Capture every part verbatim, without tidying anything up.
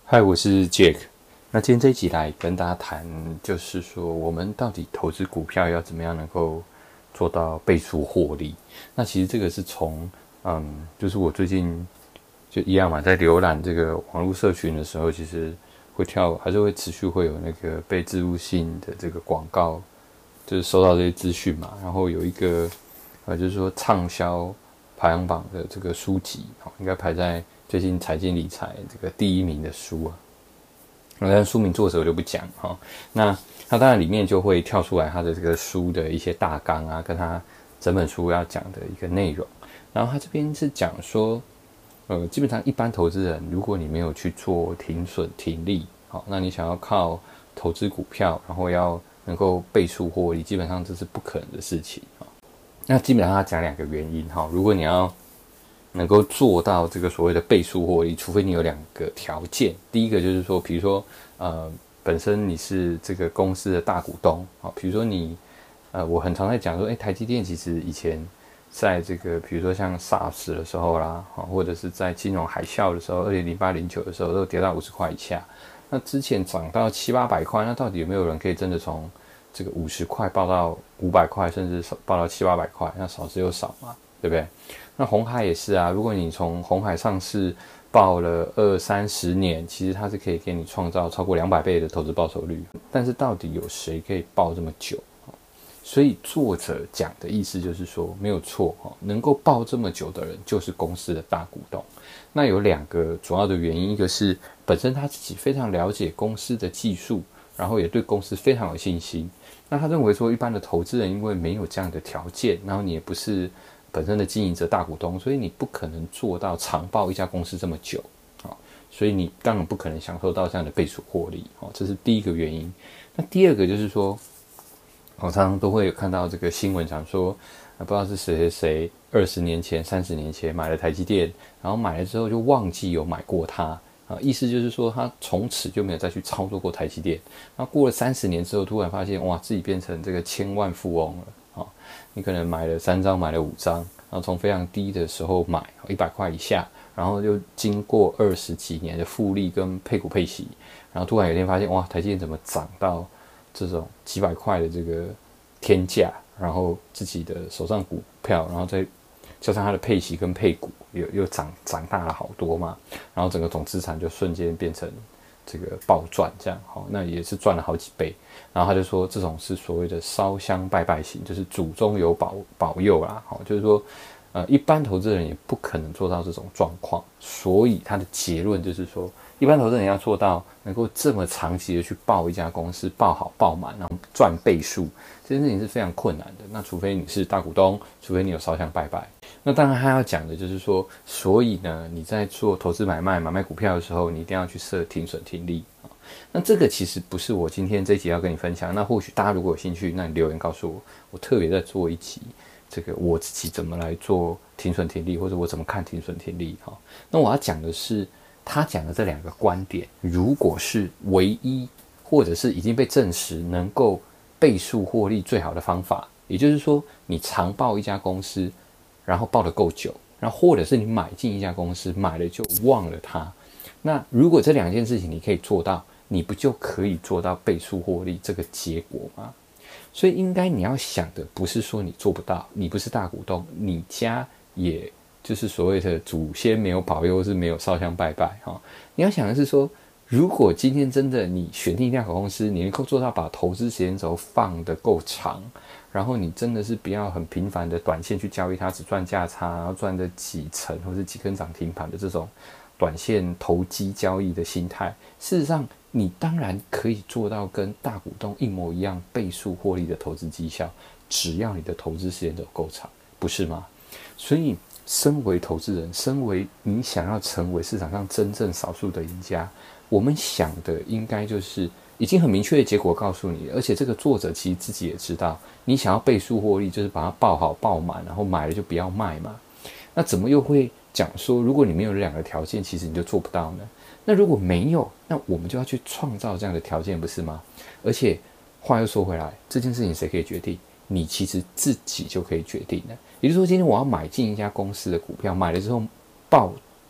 嗨，我是 Jack。那今天这一集来跟大家谈，就是说我们到底投资股票要怎么样能够做到倍数获利？那其实这个是从嗯，就是我最近就一样嘛，在浏览这个网络社群的时候，其实会跳，还是会持续会有那个被植入性的这个广告，就是收到这些资讯嘛。然后有一个呃，就是说畅销排行榜的这个书籍，应该排在最近财经理财这个第一名的书啊，那书名作者我就不讲哈。那它当然里面就会跳出来它的这个书的一些大纲啊，跟它整本书要讲的一个内容。然后它这边是讲说，呃，基本上一般投资人，如果你没有去做停损停利，好，那你想要靠投资股票，然后要能够倍数获利，基本上这是不可能的事情哈。那基本上它讲两个原因哈，如果你要能够做到这个所谓的倍数获利，除非你有两个条件。第一个就是说，比如说，呃，本身你是这个公司的大股东，啊，比如说你，呃，我很常在讲说，哎，台积电其实以前在这个，比如说像 SARS 的时候啦，或者是在金融海啸的时候，二零零八零九的时候，都跌到五十块以下。那之前涨到七八百块，那到底有没有人可以真的从这个五十块报到五百块，甚至报到七八百块？那少之又少嘛，对不对？那鸿海也是啊，如果你从鸿海上市报了二三十年，其实它是可以给你创造超过两百倍的投资报酬率。但是到底有谁可以报这么久？所以作者讲的意思就是说，没有错，能够报这么久的人就是公司的大股东。那有两个主要的原因，一个是本身他自己非常了解公司的技术，然后也对公司非常有信心。那他认为说，一般的投资人因为没有这样的条件，然后你也不是本身的经营者大股东，所以你不可能做到长抱一家公司这么久，所以你当然不可能享受到这样的倍数获利，这是第一个原因。那第二个就是说，我常常都会有看到这个新闻讲说，不知道是谁谁谁二十年前、三十年前买了台积电，然后买了之后就忘记有买过它啊，意思就是说他从此就没有再去操作过台积电。那过了三十年之后，突然发现哇，自己变成这个千万富翁了。你可能买了三张，买了五张，然后从非常低的时候买一百块以下，然后又经过二十几年的复利跟配股配息，然后突然有一天发现哇，台积电怎么涨到这种几百块的这个天价，然后自己的手上股票，然后再加上它的配息跟配股又又长长大了好多嘛，然后整个总资产就瞬间变成这个暴赚，这样好，那也是赚了好几倍。然后他就说，这种是所谓的烧香拜拜型，就是祖宗有保保佑啦，好，就是说，呃，一般投资人也不可能做到这种状况。所以他的结论就是说，一般投资人要做到能够这么长期的去抱一家公司，抱好抱满，然后赚倍数，这件事情是非常困难的。那除非你是大股东，除非你有烧香拜拜。那当然他要讲的就是说，所以呢，你在做投资买卖、买卖股票的时候，你一定要去设停损停利。那这个其实不是我今天这一集要跟你分享。那或许大家如果有兴趣，那你留言告诉我，我特别在做一集这个我自己怎么来做停损停利，或者我怎么看停损停利。那我要讲的是他讲的这两个观点，如果是唯一或者是已经被证实能够倍数获利最好的方法，也就是说你长抱一家公司，然后抱得够久，然后或者是你买进一家公司，买了就忘了它。那如果这两件事情你可以做到，你不就可以做到倍数获利这个结果吗？所以应该你要想的不是说你做不到，你不是大股东，你家也就是所谓的祖先没有保佑，是没有烧香拜拜、哦、你要想的是说，如果今天真的你选定一家好公司，你能够做到把投资时间轴放得够长，然后你真的是不要很频繁的短线去交易它，只赚价差，然后赚的几成或是几根涨停板的这种短线投机交易的心态，事实上你当然可以做到跟大股东一模一样倍数获利的投资绩效，只要你的投资时间轴够长，不是吗？所以身为投资人，身为你想要成为市场上真正少数的赢家，我们想的应该就是已经很明确的结果告诉你，而且这个作者其实自己也知道，你想要倍数获利就是把它抱好抱满，然后买了就不要卖嘛。那怎么又会讲说，如果你没有这两个条件，其实你就做不到呢？那如果没有，那我们就要去创造这样的条件，不是吗？而且话又说回来，这件事情谁可以决定？你其实自己就可以决定了。也就是说，今天我要买进一家公司的股票，买了之后抱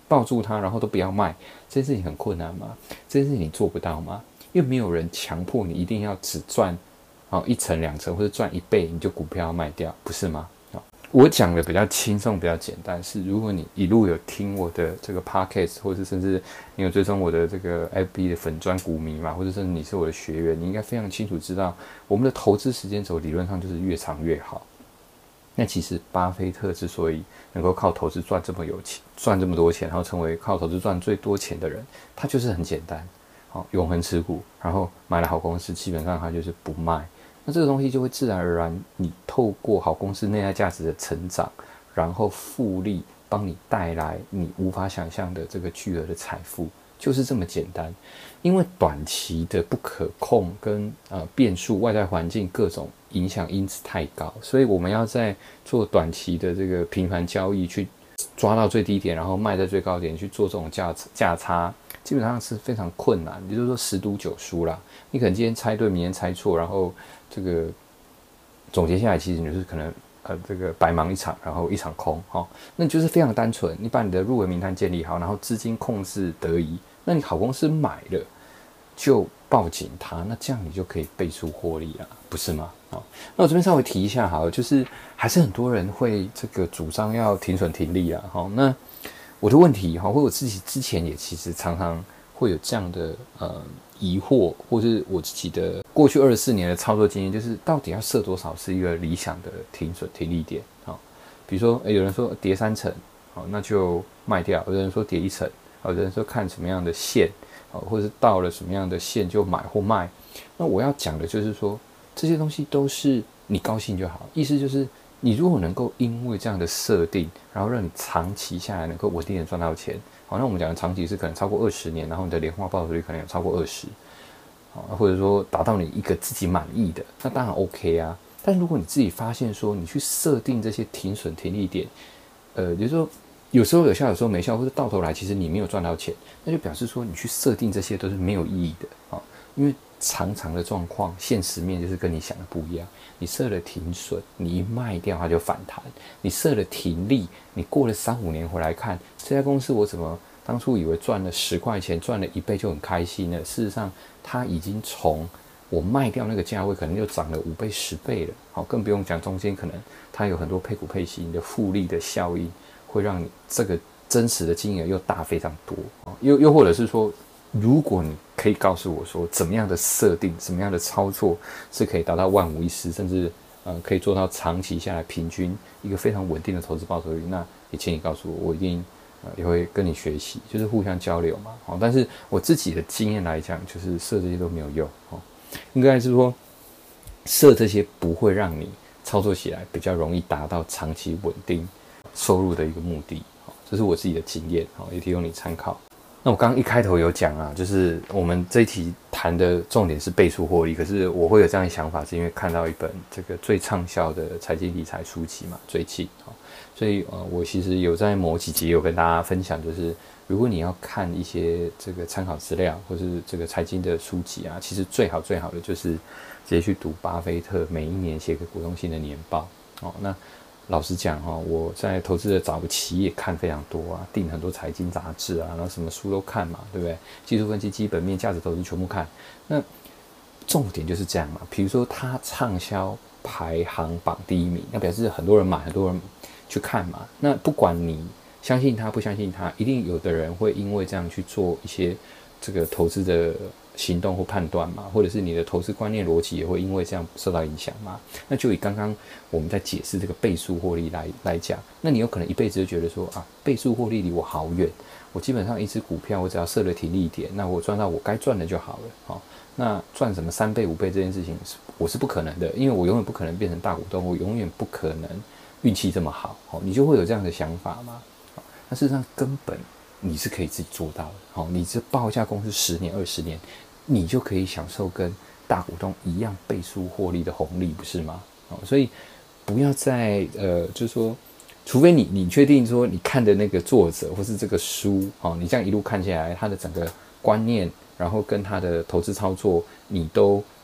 抱住它，然后都不要卖，这件事情很困难吗？这件事情你做不到吗？因为没有人强迫你一定要只赚哦一成两成或者赚一倍你就股票要卖掉，不是吗？哦、我讲的比较轻松比较简单，是如果你一路有听我的这个 podcast， 或者甚至你有追踪我的这个 F B 的粉专股迷嘛，或者甚至你是我的学员，你应该非常清楚知道我们的投资时间轴理论上就是越长越好。那其实巴菲特之所以能够靠投资赚这么有钱，赚这么多钱，然后成为靠投资赚最多钱的人，他就是很简单，好、哦，永恒持股，然后买了好公司，基本上他就是不卖。那这个东西就会自然而然，你透过好公司内在价值的成长，然后复利，帮你带来你无法想象的这个巨额的财富，就是这么简单。因为短期的不可控跟呃变数、外在环境各种影响因子太高，所以我们要在做短期的这个频繁交易，去抓到最低点，然后卖在最高点，去做这种价价差，基本上是非常困难。也就是说十赌九输啦。你可能今天猜对，明天猜错，然后这个总结下来，其实你就是可能呃这个白忙一场，然后一场空，哦，那你就是非常单纯。你把你的入围名单建立好，然后资金控制得宜。那你好公司买了，就抱紧它，那这样你就可以倍数获利了，不是吗？哦，那我这边稍微提一下好了，就是还是很多人会这个主张要停损停利啊。好、哦，那我的问题哈，或者我自己之前也其实常常会有这样的呃疑惑，或是我自己的过去二十四年的操作经验，就是到底要设多少是一个理想的停损停利点？好、哦，比如说有人说跌三成，好、哦，那就卖掉；有人说跌一成。有人说看什么样的线，或者是到了什么样的线就买或卖。那我要讲的就是说，这些东西都是你高兴就好。意思就是，你如果能够因为这样的设定，然后让你长期下来能够稳定的赚到钱，好，那我们讲的长期是可能超过二十年，然后你的年化报酬率可能有超过二十，或者说达到你一个自己满意的，那当然 OK 啊。但如果你自己发现说，你去设定这些停损停利点，呃，就是说。有时候有效，有时候没效，或者到头来其实你没有赚到钱，那就表示说你去设定这些都是没有意义的啊、哦。因为常常的状况，现实面就是跟你想的不一样。你设了停损，你一卖掉它就反弹；你设了停利，你过了三五年回来看这家公司，我怎么当初以为赚了十块钱，赚了一倍就很开心呢？事实上，它已经从我卖掉那个价位，可能就涨了五倍、十倍了。好、哦，更不用讲中间可能它有很多配股配息的复利的效应。会让你这个真实的金额又大非常多，又又或者是说，如果你可以告诉我说，怎么样的设定，什么样的操作是可以达到万无一失，甚至呃可以做到长期下来平均一个非常稳定的投资报酬率，那也请你告诉我，我一定呃也会跟你学习，就是互相交流嘛。哦，但是我自己的经验来讲，就是设这些都没有用哦，应该是说设这些不会让你操作起来比较容易达到长期稳定收入的一个目的，这是我自己的经验，也提供你参考。那我刚刚一开头有讲啊，就是我们这一题谈的重点是倍数获利，可是我会有这样的想法，是因为看到一本这个最畅销的财经理财书籍嘛，最近，所以呃，我其实有在某几集有跟大家分享，就是如果你要看一些这个参考资料或是这个财经的书籍啊，其实最好最好的就是直接去读巴菲特每一年写给股东信的年报哦，那。老实讲哈，我在投资的早期也看非常多啊，订很多财经杂志啊，然后什么书都看嘛，对不对？技术分析、基本面、价值投资全部看。那重点就是这样嘛。比如说他畅销排行榜第一名，那表示很多人买，很多人去看嘛。那不管你相信他不相信他，一定有的人会因为这样去做一些这个投资的行动或判断嘛，或者是你的投资观念逻辑也会因为这样受到影响嘛。那就以刚刚我们在解释这个倍数获利来来讲，那你有可能一辈子就觉得说啊，倍数获利离我好远，我基本上一只股票我只要设了停利点，那我赚到我该赚的就好了。好，那赚什么三倍五倍这件事情我是不可能的，因为我永远不可能变成大股东，我永远不可能运气这么好。好，你就会有这样的想法嘛。好，那事实上根本你是可以自己做到的。好，你这报一家公司十年二十年。你就可以享受跟大股东一样倍数获利的红利，不是吗？哦，所以不要再呃，就是说，除非你你确定说你看的那个作者或是这个书，哦，你这样一路看下来，他的整个观念，然后跟他的投资操作，你都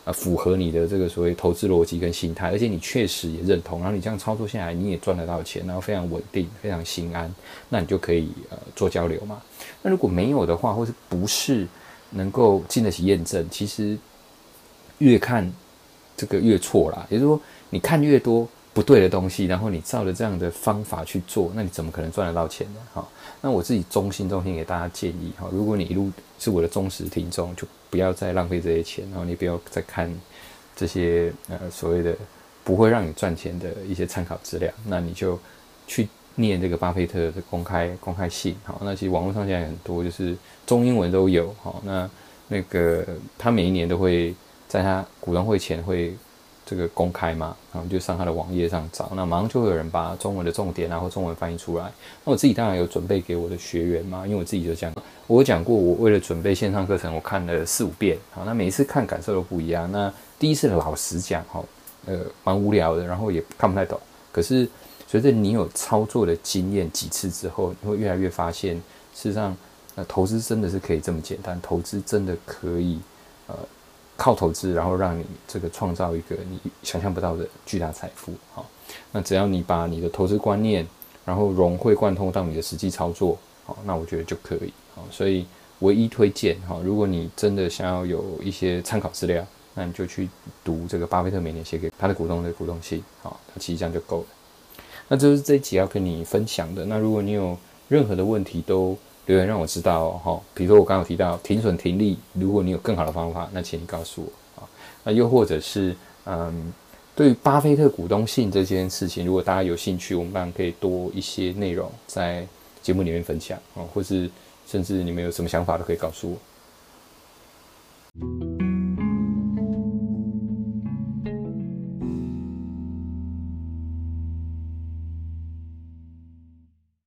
呃符合你的这个所谓投资逻辑跟心态，而且你确实也认同，然后你这样操作下来，你也赚得到钱，然后非常稳定，非常心安，那你就可以呃做交流嘛。那如果没有的话，或是不是能够经得起验证，其实越看这个越错啦。也就是说，你看越多不对的东西，然后你照着这样的方法去做，那你怎么可能赚得到钱呢？哈，那我自己衷心衷心给大家建议哈，如果你一路是我的忠实听众，就不要再浪费这些钱，然后你不要再看这些呃所谓的不会让你赚钱的一些参考资料，那你就去念这个巴菲特的公开公开信。好，那其实网络上现在很多就是中英文都有。好，那那个他每一年都会在他股东会前会这个公开嘛，然后就上他的网页上找，那马上就会有人把中文的重点然后中文翻译出来。那我自己当然有准备给我的学员嘛，因为我自己就讲，我有讲过，我为了准备线上课程，我看了四五遍。好，那每一次看感受都不一样。那第一次老实讲，哈，呃，蛮无聊的，然后也看不太懂。可是随着你有操作的经验几次之后，你会越来越发现，事实上，呃，投资真的是可以这么简单，投资真的可以，呃。靠投资，然后让你这个创造一个你想象不到的巨大财富。好，那只要你把你的投资观念，然后融会贯通到你的实际操作，好，那我觉得就可以。好，所以唯一推荐，好，如果你真的想要有一些参考资料，那你就去读这个巴菲特每年写给他的股东的股东信。好，那其实这样就够了。那这是这一集要跟你分享的。那如果你有任何的问题都留言让我知道哦，比如说我刚刚有提到停损停利，如果你有更好的方法，那请你告诉我啊。那又或者是嗯，对于巴菲特股东信这件事情，如果大家有兴趣，我们当然可以多一些内容在节目里面分享啊，或是甚至你们有什么想法都可以告诉我。